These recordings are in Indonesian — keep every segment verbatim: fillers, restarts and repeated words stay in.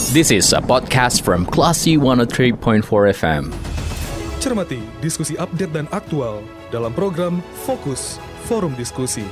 This is a podcast from Classy one oh three point four F M. Cermati diskusi update dan aktual dalam program Fokus Forum Diskusi.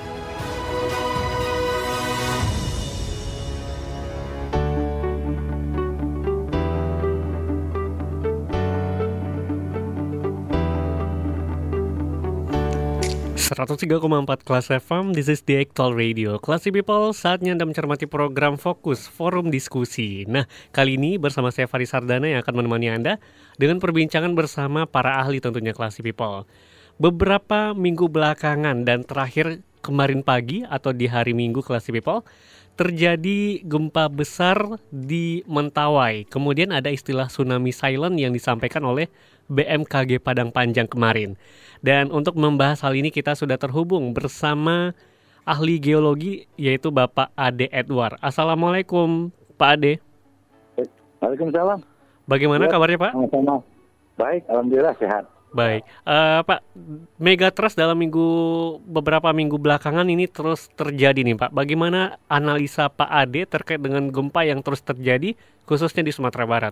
seratus tiga koma empat Kelas F M, this is the Actual Radio. Classy People, saatnya Anda mencermati program Fokus Forum Diskusi. Nah, kali ini bersama saya Faris Sardana yang akan menemani Anda dengan perbincangan bersama para ahli tentunya Classy People. Beberapa minggu belakangan dan terakhir kemarin pagi atau di hari Minggu Classy People, terjadi gempa besar di Mentawai. Kemudian ada istilah tsunami silent yang disampaikan oleh B M K G Padang Panjang kemarin. Dan untuk membahas hal ini kita sudah terhubung bersama ahli geologi yaitu Bapak Ade Edward. Assalamualaikum Pak Ade. Waalaikumsalam. Bagaimana ya, kabarnya Pak? Sama-sama. Baik, alhamdulillah sehat. Baik, uh, Pak, megatrust dalam minggu beberapa minggu belakangan ini terus terjadi nih Pak. Bagaimana analisa Pak Ade terkait dengan gempa yang terus terjadi khususnya di Sumatera Barat?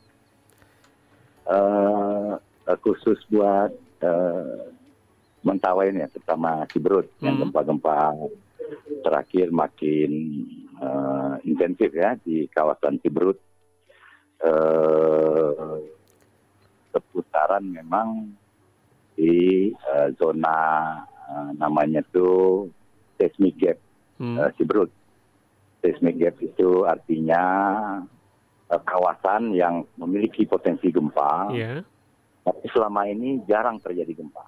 Uh, khusus buat uh, Mentawai ini, terutama Siberut, hmm. yang gempa-gempa terakhir makin uh, intensif ya di kawasan Siberut. Uh, seputaran memang di uh, zona uh, namanya tuh seismic gap hmm. uh, Siberut. Seismic gap itu artinya uh, kawasan yang memiliki potensi gempa, yeah. tapi selama ini jarang terjadi gempa.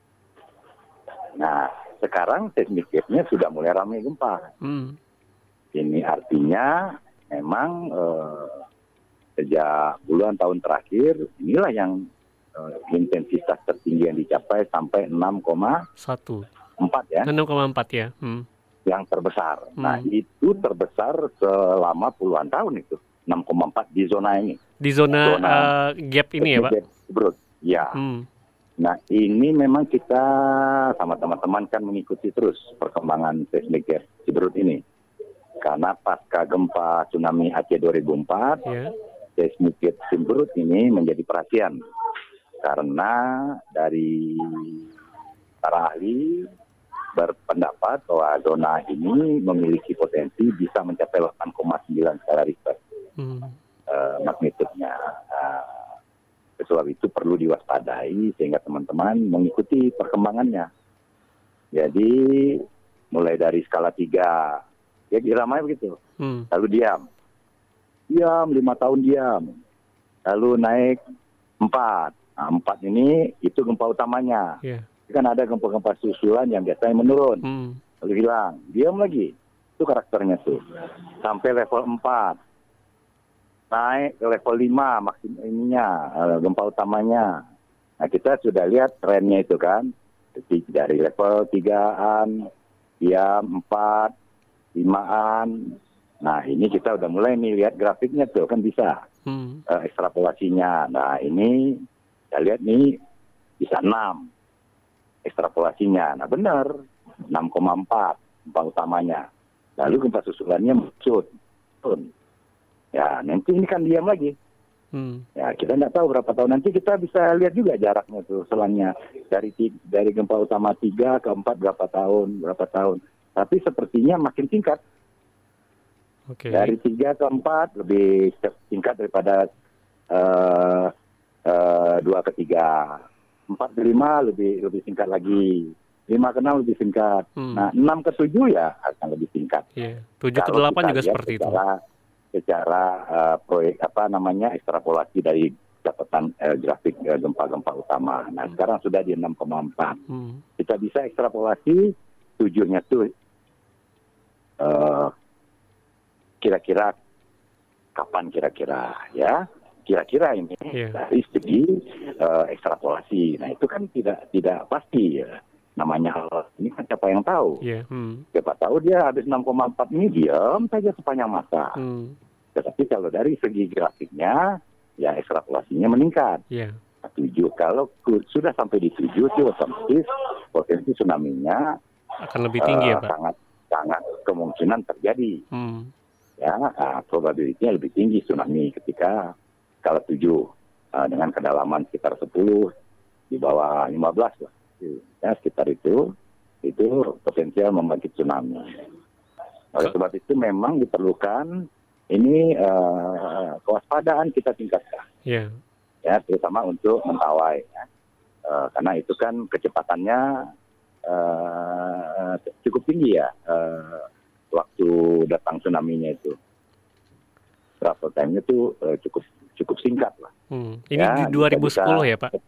Nah, sekarang seismic gap-nya sudah mulai ramai gempa. Hmm. Ini artinya memang uh, sejak puluhan tahun terakhir, inilah yang uh, intensitas tertinggi yang dicapai sampai enam koma satu empat ya. enam koma empat ya. Hmm. Yang terbesar. Hmm. Nah, itu terbesar selama puluhan tahun itu. enam koma empat di zona ini. Di zona, zona uh, gap ini ya, Pak? Siberut. Ya. Hmm. Nah, ini memang kita sama teman-teman kan mengikuti terus perkembangan seismic gap Siberut ini. Karena pasca gempa tsunami Aceh dua ribu empat, yeah. seismic gap Siberut ini menjadi perhatian karena dari para ahli berpendapat bahwa zona ini memiliki potensi bisa mencapai delapan koma sembilan skala Richter hmm. uh, magnitudenya. Uh, sebab itu perlu diwaspadai sehingga teman-teman mengikuti perkembangannya. Jadi mulai dari skala tiga, ya diramai begitu, hmm. lalu diam. Diam, lima tahun diam. Lalu naik empat. Nah, empat ini itu gempa utamanya. Yeah. Kan ada gempa-gempa susulan yang biasanya menurun. Hmm. Lalu hilang. Diam lagi. Itu karakternya tuh. Sampai level empat. Naik ke level lima maksimal ininya, gempa utamanya. Nah, kita sudah lihat trennya itu kan. Jadi dari level tigaan, diam, empat, limaan. Nah, ini kita udah mulai nih lihat grafiknya tuh, kan bisa hmm. uh, ekstrapolasinya. Nah, ini kita lihat nih bisa enam ekstrapolasinya. Nah, benar, enam koma empat gempa utamanya. Lalu gempa susulannya muncul. Ya, nanti ini kan diam lagi. Hmm. Ya, kita nggak tahu berapa tahun. Nanti kita bisa lihat juga jaraknya tuh selangnya. Dari dari gempa utama tiga ke empat berapa tahun, berapa tahun. Tapi sepertinya makin singkat. Okay. Dari tiga ke empat lebih singkat daripada uh, uh, dua ke tiga. empat ke lima lebih lebih singkat lagi. lima ke enam lebih singkat. Hmm. Nah, enam ke tujuh ya akan lebih singkat. Yeah. tujuh ke delapan juga seperti secara, itu. Secara uh, proyek apa namanya ekstrapolasi dari catatan uh, grafik uh, gempa-gempa utama. Nah, hmm. sekarang sudah di enam koma empat. Hmm. Kita bisa ekstrapolasi tujuhnya tuh uh, kira-kira kapan kira-kira ya kira-kira ini yeah. dari segi uh, ekstrapolasi. Nah, itu kan tidak tidak pasti ya. Namanya ini kan siapa yang tahu. Yeah. Hmm. Siapa tahu dia habis enam koma empat ini diam saja sepanjang masa. Hmm. Tetapi kalau dari segi grafiknya ya ekstrapolasinya meningkat. Yeah. tujuh kalau sudah sampai di tujuh itu otomatis potensi tsunami-nya akan lebih tinggi uh, ya Pak. Sangat sangat kemungkinan terjadi. Hmm. ya uh, probabilitasnya lebih tinggi tsunami ketika skala tujuh uh, dengan kedalaman sekitar sepuluh di bawah lima belas lah. Ya, sekitar itu itu potensial membangkit tsunami. Oleh sebab itu memang diperlukan ini uh, kewaspadaan kita tingkatkan. Yeah. Ya, terutama untuk Mentawai ya. Uh, karena itu kan kecepatannya uh, cukup tinggi ya uh, waktu datang tsunami-nya itu. Travel time-nya itu uh, cukup cukup singkat lah. Hmm. Ini ya, di dua ribu sepuluh bisa, ya Pak?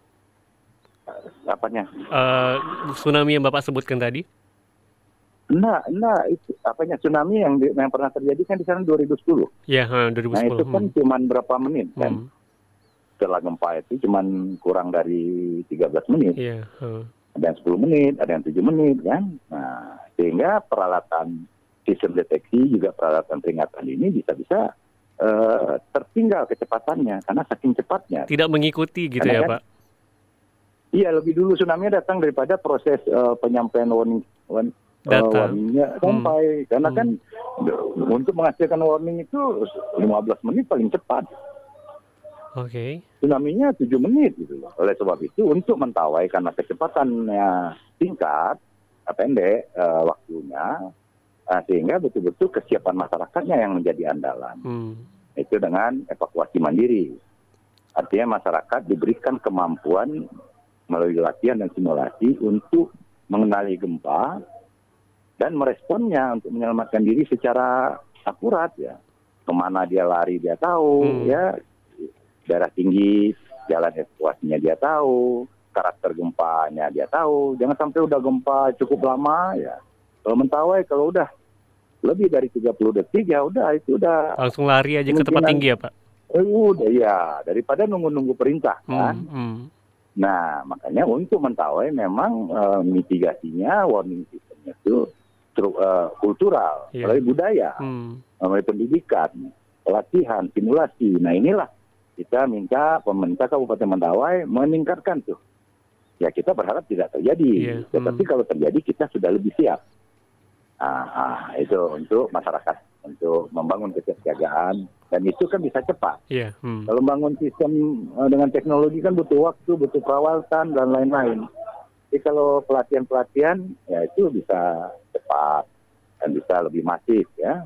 Apanya? Uh, tsunami yang Bapak sebutkan tadi? Enggak, enggak. Itu, apanya tsunami yang di, yang pernah terjadi kan di sana dua ribu sepuluh. Ya, huh, dua ribu sepuluh. Nah itu kan hmm. cuma berapa menit kan? Hmm. Setelah gempa itu cuma kurang dari tiga belas menit. Yeah. Huh. Ada yang sepuluh menit, ada yang tujuh menit kan. Nah, sehingga peralatan sistem deteksi juga peralatan peringatan ini bisa-bisa uh, tertinggal kecepatannya karena saking cepatnya. Tidak mengikuti gitu karena ya kan, Pak? Iya, lebih dulu tsunami datang daripada proses uh, penyampaian warning, warning uh, warningnya sampai. Hmm. Karena hmm. kan untuk menghasilkan warning itu lima belas menit paling cepat. Oke. Okay. Tsunami-nya tujuh menit gitu loh. Oleh sebab itu untuk Mentawai karena kecepatannya singkat, pendek uh, waktunya, uh, sehingga betul-betul kesiapan masyarakatnya yang menjadi andalan. Hmm. Itu dengan evakuasi mandiri. Artinya masyarakat diberikan kemampuan melalui latihan dan simulasi untuk mengenali gempa dan meresponnya untuk menyelamatkan diri secara akurat ya. Kemana dia lari dia tahu hmm. ya. Daerah tinggi, jalan evakuasinya dia tahu, karakter gempanya dia tahu. Jangan sampai udah gempa cukup lama ya. Kalau Mentawai kalau udah lebih dari tiga puluh detik ya udah itu udah langsung lari aja ke tempat tinggi ya Pak. Eh, udah ya, daripada nunggu-nunggu perintah kan. Hmm, hmm. Nah, makanya untuk Mentawai memang uh, mitigasinya, warning systemnya itu uh, kultural, yeah. melalui budaya, hmm. melalui pendidikan, pelatihan, simulasi. Nah inilah kita minta pemerintah Kabupaten Mentawai meningkatkan tuh. Ya kita berharap tidak terjadi, yeah. tetapi hmm. kalau terjadi kita sudah lebih siap. Nah, itu untuk masyarakat, untuk membangun kesiapsiagaan. Dan itu kan bisa cepat. Yeah. Hmm. Kalau membangun sistem uh, dengan teknologi kan butuh waktu, butuh perawatan dan lain-lain. Jadi kalau pelatihan-pelatihan ya itu bisa cepat dan bisa lebih masif ya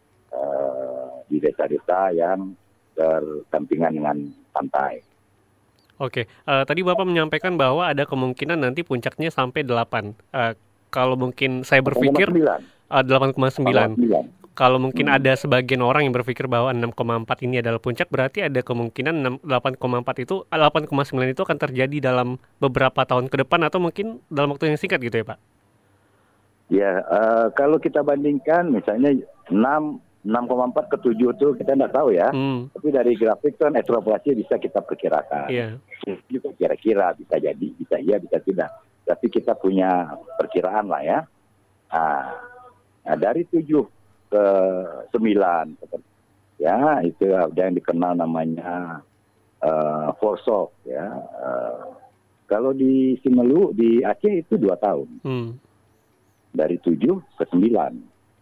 uh, di desa-desa yang berdampingan dengan pantai. Oke, uh, tadi Bapak menyampaikan bahwa ada kemungkinan nanti puncaknya sampai delapan. Uh, kalau mungkin saya berpikir uh, delapan koma sembilan. Kalau mungkin hmm. ada sebagian orang yang berpikir bahwa enam koma empat ini adalah puncak, berarti ada kemungkinan delapan koma empat itu, delapan koma sembilan itu akan terjadi dalam beberapa tahun ke depan atau mungkin dalam waktu yang singkat gitu ya Pak? Ya, uh, kalau kita bandingkan misalnya enam, enam koma empat ke tujuh itu kita tidak tahu ya. Hmm. Tapi dari grafik kan ekstrapolasi bisa kita perkirakan. Yeah. Juga kira-kira bisa jadi, bisa iya, bisa tidak. Tapi kita punya perkiraan lah ya. Nah, nah dari tujuh ke sembilan, ya itu ada yang dikenal namanya uh, forsok ya. Uh, kalau di Simelu di Aceh itu dua tahun, hmm. dari tujuh ke sembilan,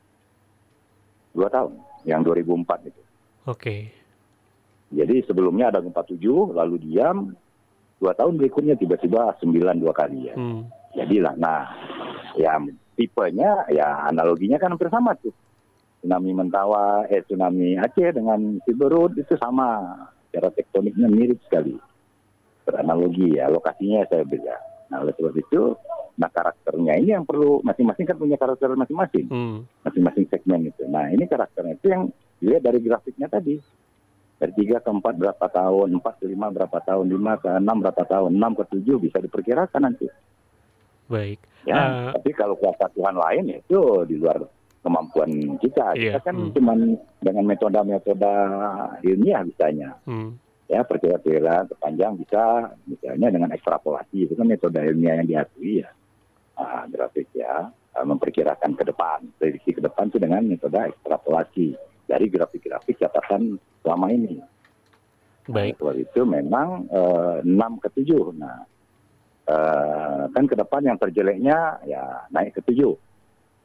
dua tahun, yang dua ribu empat itu. Oke. Okay. Jadi sebelumnya ada gempa tujuh, lalu diam, dua tahun berikutnya tiba-tiba sembilan dua kali ya. Hmm. Jadilah, nah, ya tipenya, ya analoginya kan hampir sama tuh. Tsunami Mentawai, eh tsunami Aceh dengan Siberut itu sama, cara tektoniknya mirip sekali. Beranalogi ya, lokasinya saya beda. Nah oleh sebab itu, nah karakternya ini yang perlu, masing-masing kan punya karakter masing-masing, hmm. masing-masing segmen itu. Nah ini karakternya itu yang dilihat dari grafiknya tadi. Dari tiga ke empat berapa tahun, empat ke lima berapa tahun, lima ke enam berapa tahun, enam ke tujuh bisa diperkirakan nanti. Baik. Ya, uh... tapi kalau kuasa Tuhan lain itu di luar kemampuan kita. Iya. Kita kan hmm. cuma dengan metode-metode ilmiah bisanya. Hmm. Ya, perkiraan terpanjang bisa misalnya dengan ekstrapolasi. Itu kan metode ilmiah yang diakui ya. Nah, grafik ya, memperkirakan ke depan. Prediksi ke depan itu dengan metode ekstrapolasi dari grafik-grafik catatan selama ini. Baik. Nah, itu memang uh, enam ke tujuh. Nah, uh, kan ke depan yang terjeleknya ya naik ke tujuh.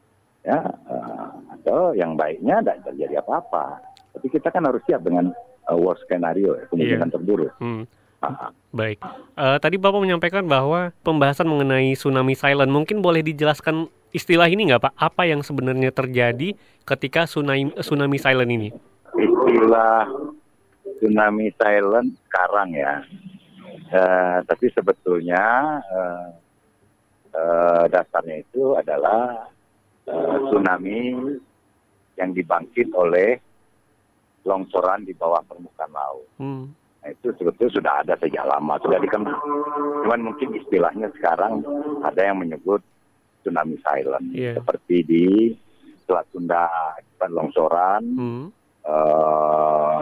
ya, uh, atau yang baiknya tidak terjadi apa-apa. Tapi kita kan harus siap dengan uh, worst scenario, ya, kemungkinan yeah. terburuk. Hmm. Baik, uh, tadi Bapak menyampaikan bahwa pembahasan mengenai tsunami silent, mungkin boleh dijelaskan istilah ini nggak Pak? Apa yang sebenarnya terjadi ketika tsunami, tsunami silent ini? Istilah tsunami silent sekarang ya, uh, tapi sebetulnya uh, uh, dasarnya itu adalah uh, tsunami yang dibangkit oleh longsoran di bawah permukaan laut. Hmm. Nah, itu sebetulnya sudah ada sejak lama, sudah dikembang. Cuman mungkin istilahnya sekarang ada yang menyebut tsunami silent, yeah. seperti di Selat Sunda akibat longsoran, hmm. uh,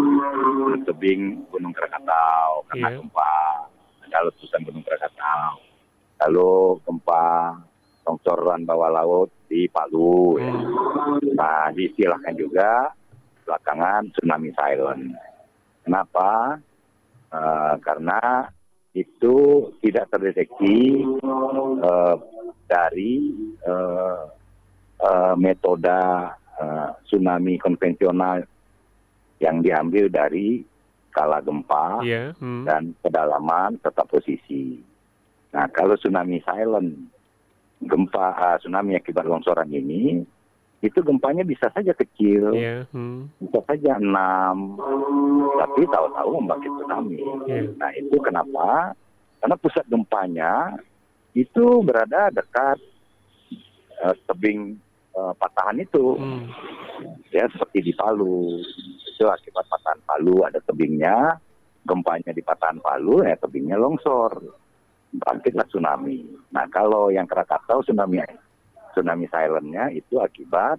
tebing Gunung Krakatau karena yeah. gempa, ada letusan Gunung Krakatau, lalu gempa longsoran bawah laut di Palu. Hmm. Ya. Nah, diistilahkan juga belakangan tsunami silent. Kenapa? Uh, karena itu tidak terdeteksi uh, dari uh, uh, metode uh, tsunami konvensional yang diambil dari skala gempa yeah. hmm. dan kedalaman serta posisi. Nah, kalau tsunami silent, gempa uh, tsunami akibat longsoran ini, itu gempanya bisa saja kecil, yeah. hmm. bisa saja enam, tapi tahu-tahu membangkit tsunami. Yeah. Nah, itu kenapa? Karena pusat gempanya itu berada dekat uh, tebing uh, patahan itu, hmm. ya seperti di Palu. Itu akibat patahan Palu ada tebingnya, gempanya di patahan Palu, ya tebingnya longsor, bangkitlah tsunami. Nah, kalau yang Krakatau tsunami Tsunami silent-nya itu akibat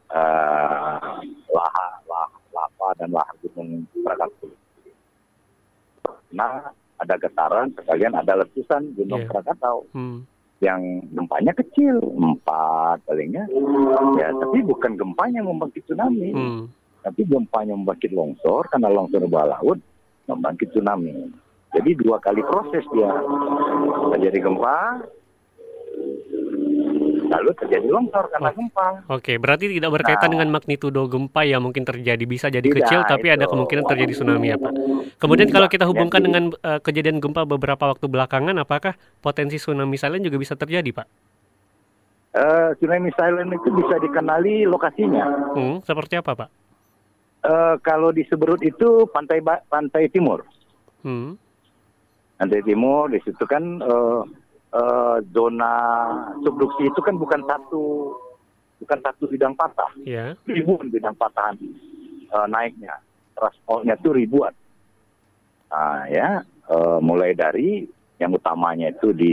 uh, lahar, lah, lava dan lahar gunung Krakatau. Nah, ada getaran, sekalian ada letusan gunung yeah. Krakatau. Hmm. Yang gempanya kecil, empat palingnya. Ya, tapi bukan gempanya membangkit tsunami. Hmm. Tapi gempanya membangkit longsor, karena longsor di bawah laut, membangkit tsunami. Jadi dua kali proses dia. Terjadi gempa, lalu terjadi longsor karena oh. gempa. Oke, berarti tidak berkaitan nah, dengan magnitudo gempa yang mungkin terjadi. Bisa jadi tidak, kecil, tapi itu. Ada kemungkinan terjadi tsunami ya Pak. Kemudian tidak, kalau kita hubungkan jadi, dengan uh, kejadian gempa beberapa waktu belakangan, apakah potensi tsunami silent juga bisa terjadi Pak? Uh, tsunami silent itu bisa dikenali lokasinya. Hmm, seperti apa Pak? Uh, kalau di Seberut itu pantai pantai timur. Hmm. Pantai timur, di situ kan... Uh, Uh, zona subduksi itu kan bukan satu bukan satu bidang patah, yeah. ribuan bidang patahan uh, naiknya, transportnya itu ribuan. Nah, ya, uh, mulai dari yang utamanya itu di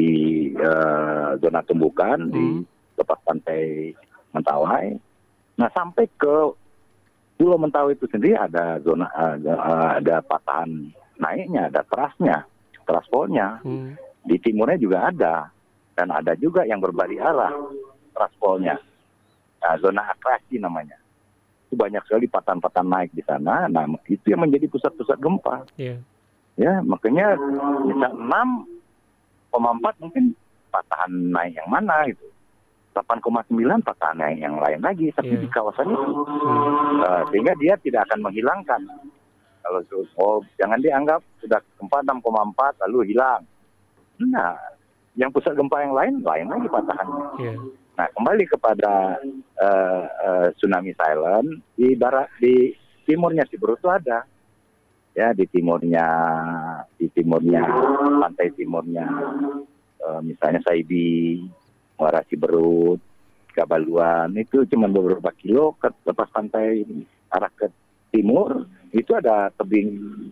uh, zona Tumbukan, hmm. di lepas pantai Mentawai. Nah, sampai ke Pulau Mentawai itu sendiri ada zona uh, uh, ada patahan naiknya, ada terasnya, transportnya. Hmm. Di timurnya juga ada, dan ada juga yang berbalik arah transpolnya. Nah, zona akrasi namanya. Itu banyak sekali patahan-patahan naik di sana. Nah, itu yang menjadi pusat-pusat gempa. Yeah. Ya, makanya misal enam koma empat mungkin patahan naik yang mana gitu. delapan koma sembilan patahan naik yang lain lagi, tapi yeah. di kawasan itu. Hmm. Uh, sehingga dia tidak akan menghilangkan. Kalau oh, jangan dianggap sudah gempa enam koma empat lalu hilang. Nah, yang pusat gempa yang lain, lain lagi patahannya. Yeah. Nah, kembali kepada uh, uh, tsunami silent, di barat, di timurnya Siberut itu ada. Ya, di timurnya, di timurnya, pantai timurnya, uh, misalnya Saibi, Muara Siberut, Kabaluan, itu cuma beberapa kilo ke lepas pantai arah ke timur, itu ada tebing,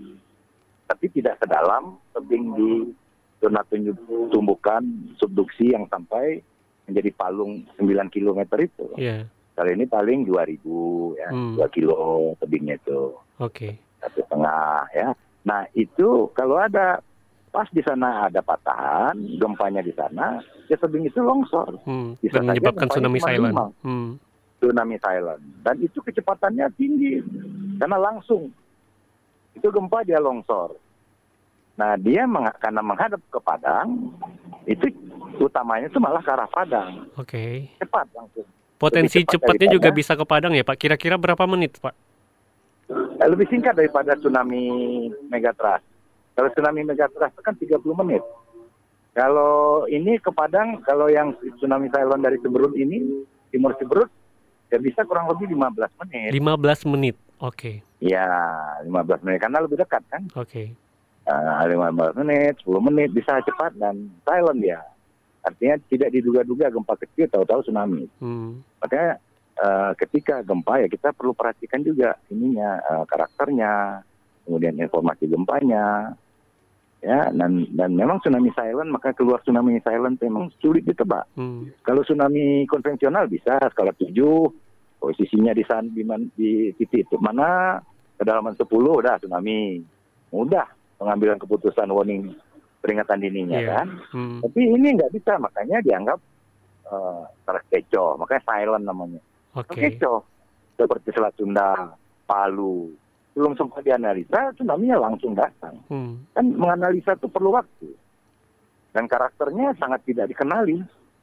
tapi tidak sedalam tebing di zona tumbukan subduksi yang sampai menjadi palung sembilan kilometer itu. Yeah. Kali ini paling dua ribu ya, hmm. dua kilo tebingnya itu. Oke. Okay. Satu setengah ya. Nah, itu kalau ada pas di sana ada patahan, gempanya di sana, ya tebing itu longsor. Hmm. Bisa dan menyebabkan tsunami silent. Hmm. Tsunami silent. Dan itu kecepatannya tinggi karena langsung itu gempa dia longsor. Nah, dia meng- karena menghadap ke Padang, itu utamanya itu malah ke arah Padang. Oke. Okay. Cepat langsung. Potensi cepatnya juga bisa ke Padang ya Pak. Kira-kira berapa menit Pak? Eh, lebih singkat daripada tsunami megatrust. Kalau tsunami megatrust kan tiga puluh menit. Kalau ini ke Padang, kalau yang tsunami Cylon dari Siberut ini, Timur Siberut, ya bisa kurang lebih lima belas menit. lima belas menit, oke. Okay. Ya, lima belas menit, karena lebih dekat kan. Oke. Okay. Uh, lima belas menit, sepuluh menit, bisa cepat dan silent ya. Artinya tidak diduga-duga gempa kecil, tahu-tahu tsunami. Hmm. Makanya uh, ketika gempa ya kita perlu perhatikan juga ininya, uh, karakternya, kemudian informasi gempanya. Ya, dan dan memang tsunami silent, maka keluar tsunami silent memang sulit ditebak. Hmm. Kalau tsunami konvensional bisa skala tujuh, posisinya di sana di, di titik itu mana, kedalaman sepuluh udah tsunami. Mudah pengambilan keputusan warning peringatan dininya yeah. kan. Hmm. Tapi ini nggak bisa, makanya dianggap uh, terkecoh, makanya silent namanya. Okay. Terkecoh seperti Selat Sunda, Palu. Belum sempat dianalisa, tsunami-nya langsung datang. Hmm. Kan menganalisa itu perlu waktu. Dan karakternya sangat tidak dikenali.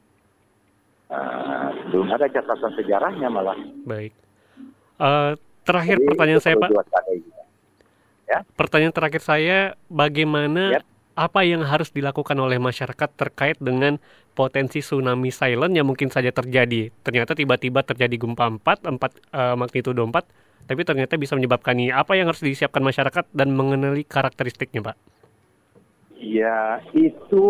Uh, belum ada catatan sejarahnya malah. Baik. Uh, terakhir Jadi, pertanyaan saya Pak. Ya? Pertanyaan terakhir saya, bagaimana, yep. apa yang harus dilakukan oleh masyarakat terkait dengan potensi tsunami silent yang mungkin saja terjadi? Ternyata tiba-tiba terjadi gempa empat, empat uh, magnitudo empat, tapi ternyata bisa menyebabkan ini. Apa yang harus disiapkan masyarakat dan mengenali karakteristiknya, Pak? Ya, itu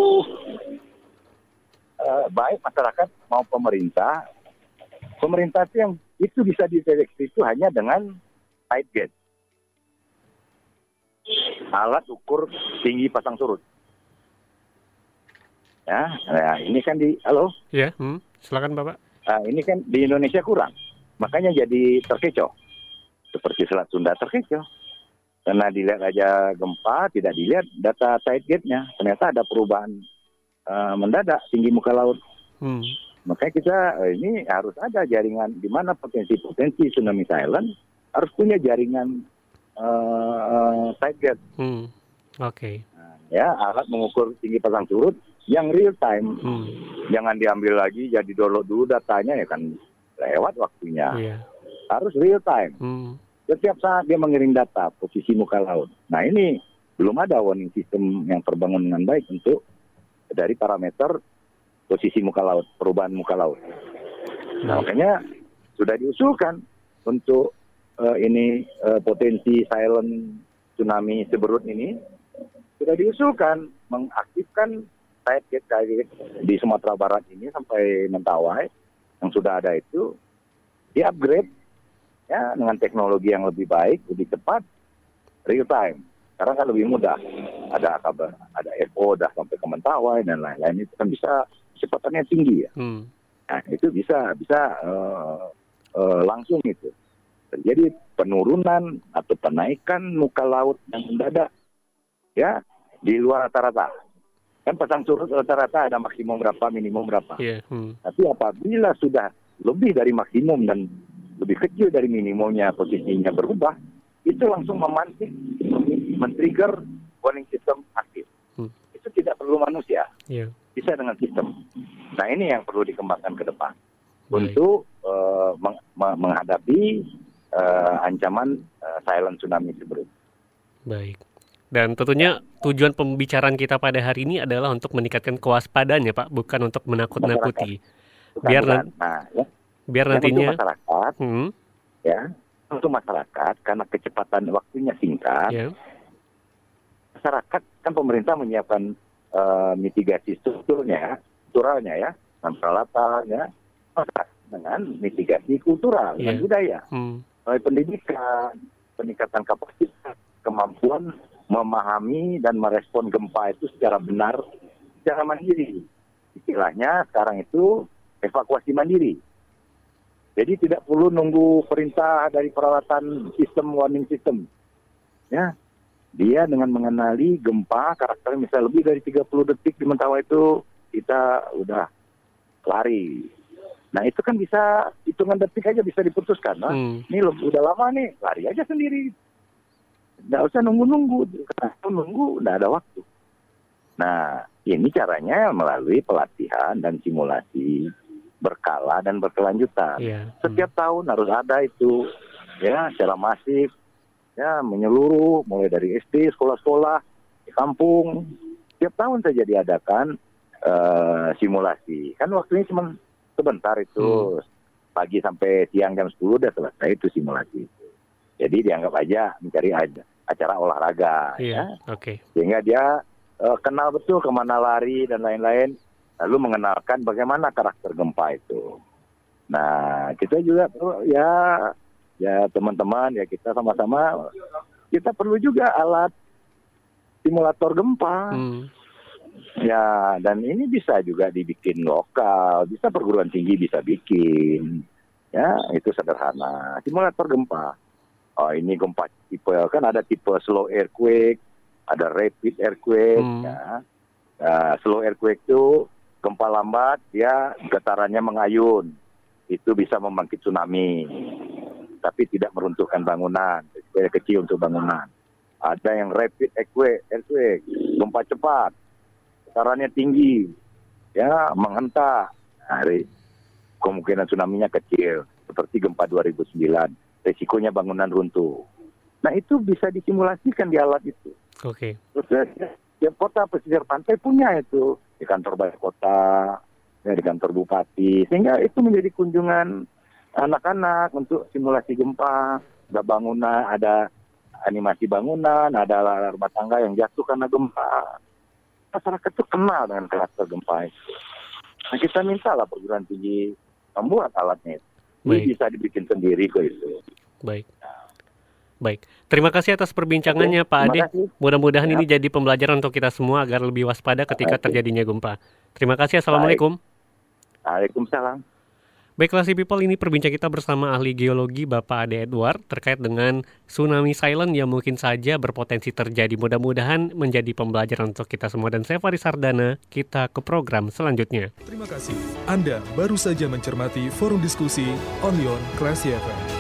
uh, baik masyarakat mau pemerintah. Pemerintah itu yang itu bisa dideteksi itu hanya dengan tide gauge. Alat ukur tinggi pasang surut. Ya, nah ini kan di, halo? Ya, hmm, silakan Bapak. Nah, ini kan di Indonesia kurang. Makanya jadi terkecoh. Seperti Selat Sunda terkecoh. Karena dilihat aja gempa, tidak dilihat data tide gauge-nya. Ternyata ada perubahan uh, mendadak tinggi muka laut. Hmm. Makanya kita uh, ini harus ada jaringan di mana potensi-potensi tsunami silent harus punya jaringan uh, uh, tide gauge. Hmm. Oke. Okay. Nah, ya, alat mengukur tinggi pasang surut yang real time. Hmm. Jangan diambil lagi, jadi download dulu datanya ya kan lewat waktunya. Yeah. Harus real time. Hmm. Setiap saat dia mengirim data posisi muka laut. Nah ini belum ada warning system yang terbangun dengan baik untuk dari parameter posisi muka laut, perubahan muka laut. Nah, makanya sudah diusulkan untuk uh, ini uh, potensi silent tsunami Siberut ini sudah diusulkan mengaktifkan tide gauge di Sumatera Barat ini sampai Mentawai yang sudah ada itu di-upgrade ya dengan teknologi yang lebih baik, lebih cepat, real time. Sekarang kan lebih mudah. Ada kabar, ada F O dah sampai ke Mentawai dan lain-lain itu kan bisa kecepatannya tinggi ya. Hmm. Nah, itu bisa bisa uh, uh, langsung itu. Jadi penurunan atau penaikan muka laut yang mendadak ya di luar rata-rata. Kan pasang surut rata-rata ada maksimum berapa, minimum berapa. Yeah. Hmm. Tapi apabila sudah lebih dari maksimum dan lebih kecil dari minimumnya posisinya berubah, itu langsung memancing, men-trigger warning system aktif. Hmm. Itu tidak perlu manusia, yeah. bisa dengan sistem. Nah ini yang perlu dikembangkan ke depan. Baik. Untuk uh, meng- menghadapi uh, ancaman uh, silent tsunami Siberut. Baik. Dan tentunya tujuan pembicaraan kita pada hari ini adalah untuk meningkatkan kewaspadaan ya Pak, bukan untuk menakut-nakuti. Biar nan- nah, ya. biar ya, nantinya untuk masyarakat, hmm. ya untuk masyarakat karena kecepatan waktunya singkat, yeah. masyarakat kan pemerintah menyiapkan uh, mitigasi strukturnya, strukturalnya ya, dan peralatannya, dengan mitigasi kultural yeah. dan budaya, hmm. mulai pendidikan, peningkatan kapasitas, kemampuan memahami dan merespon gempa itu secara benar, secara mandiri. Istilahnya sekarang itu evakuasi mandiri. Jadi tidak perlu nunggu perintah dari peralatan sistem warning system. Ya, dia dengan mengenali gempa karakternya misalnya lebih dari tiga puluh detik di Mentawai itu kita udah lari. Nah itu kan bisa hitungan detik aja bisa diputuskan. Nah, hmm. ini udah lama nih lari aja sendiri. Nggak usah nunggu-nunggu. Kalau nunggu nggak ada waktu. Nah ini caranya melalui pelatihan dan simulasi berkala dan berkelanjutan. Yeah. Setiap hmm. tahun harus ada itu, ya, secara masif, ya, menyeluruh, mulai dari S D, sekolah-sekolah, di kampung. Setiap tahun saja diadakan uh, simulasi. Kan waktunya cuma sebentar itu, hmm. pagi sampai siang jam sepuluh udah selesai itu simulasi. Jadi dianggap aja mencari aja acara olahraga, yeah. ya. Okay. Sehingga dia uh, kenal betul kemana lari dan lain-lain. Lalu mengenalkan bagaimana karakter gempa itu. Nah, kita juga ya, ya teman-teman, ya kita sama-sama, kita perlu juga alat simulator gempa. Hmm. Ya, dan ini bisa juga dibikin lokal, bisa perguruan tinggi bisa bikin. Ya, itu sederhana. Simulator gempa. Oh, ini gempa tipe, kan ada tipe slow earthquake, ada rapid earthquake. Hmm. Ya. Uh, slow earthquake itu gempa lambat, dia getarannya mengayun. Itu bisa membangkit tsunami. Tapi tidak meruntuhkan bangunan. Risikonya kecil untuk bangunan. Ada yang rapid earthquake, earthquake gempa cepat. Getarannya tinggi. Ya, menghentak. Nah, kemungkinan tsunami-nya kecil. Seperti gempa dua ribu sembilan. Risikonya bangunan runtuh. Nah, itu bisa disimulasikan di alat itu. Oke. Okay. Terus tiap kota pesisir pantai punya itu. Di kantor balai kota, ya, di kantor bupati. Sehingga itu menjadi kunjungan anak-anak untuk simulasi gempa. Ada bangunan, ada animasi bangunan, ada rumah tangga yang jatuh karena gempa. Masyarakat itu kenal dengan karakter gempa itu. Nah, kita mintalah perguruan tinggi membuat alatnya itu. Ini bisa dibikin sendiri kok itu. Baik. Baik, terima kasih atas perbincangannya Oke, Pak Ade. Mudah-mudahan ya. Ini jadi pembelajaran untuk kita semua agar lebih waspada ketika Oke. terjadinya gempa. Terima kasih, Assalamualaikum. Waalaikumsalam. Baiklah si people, ini perbincangan kita bersama ahli geologi Bapak Ade Edward terkait dengan tsunami silent yang mungkin saja berpotensi terjadi. Mudah-mudahan menjadi pembelajaran untuk kita semua. Dan saya Faris Sardana, kita ke program selanjutnya. Terima kasih. Anda baru saja mencermati forum diskusi Only on Classy F M.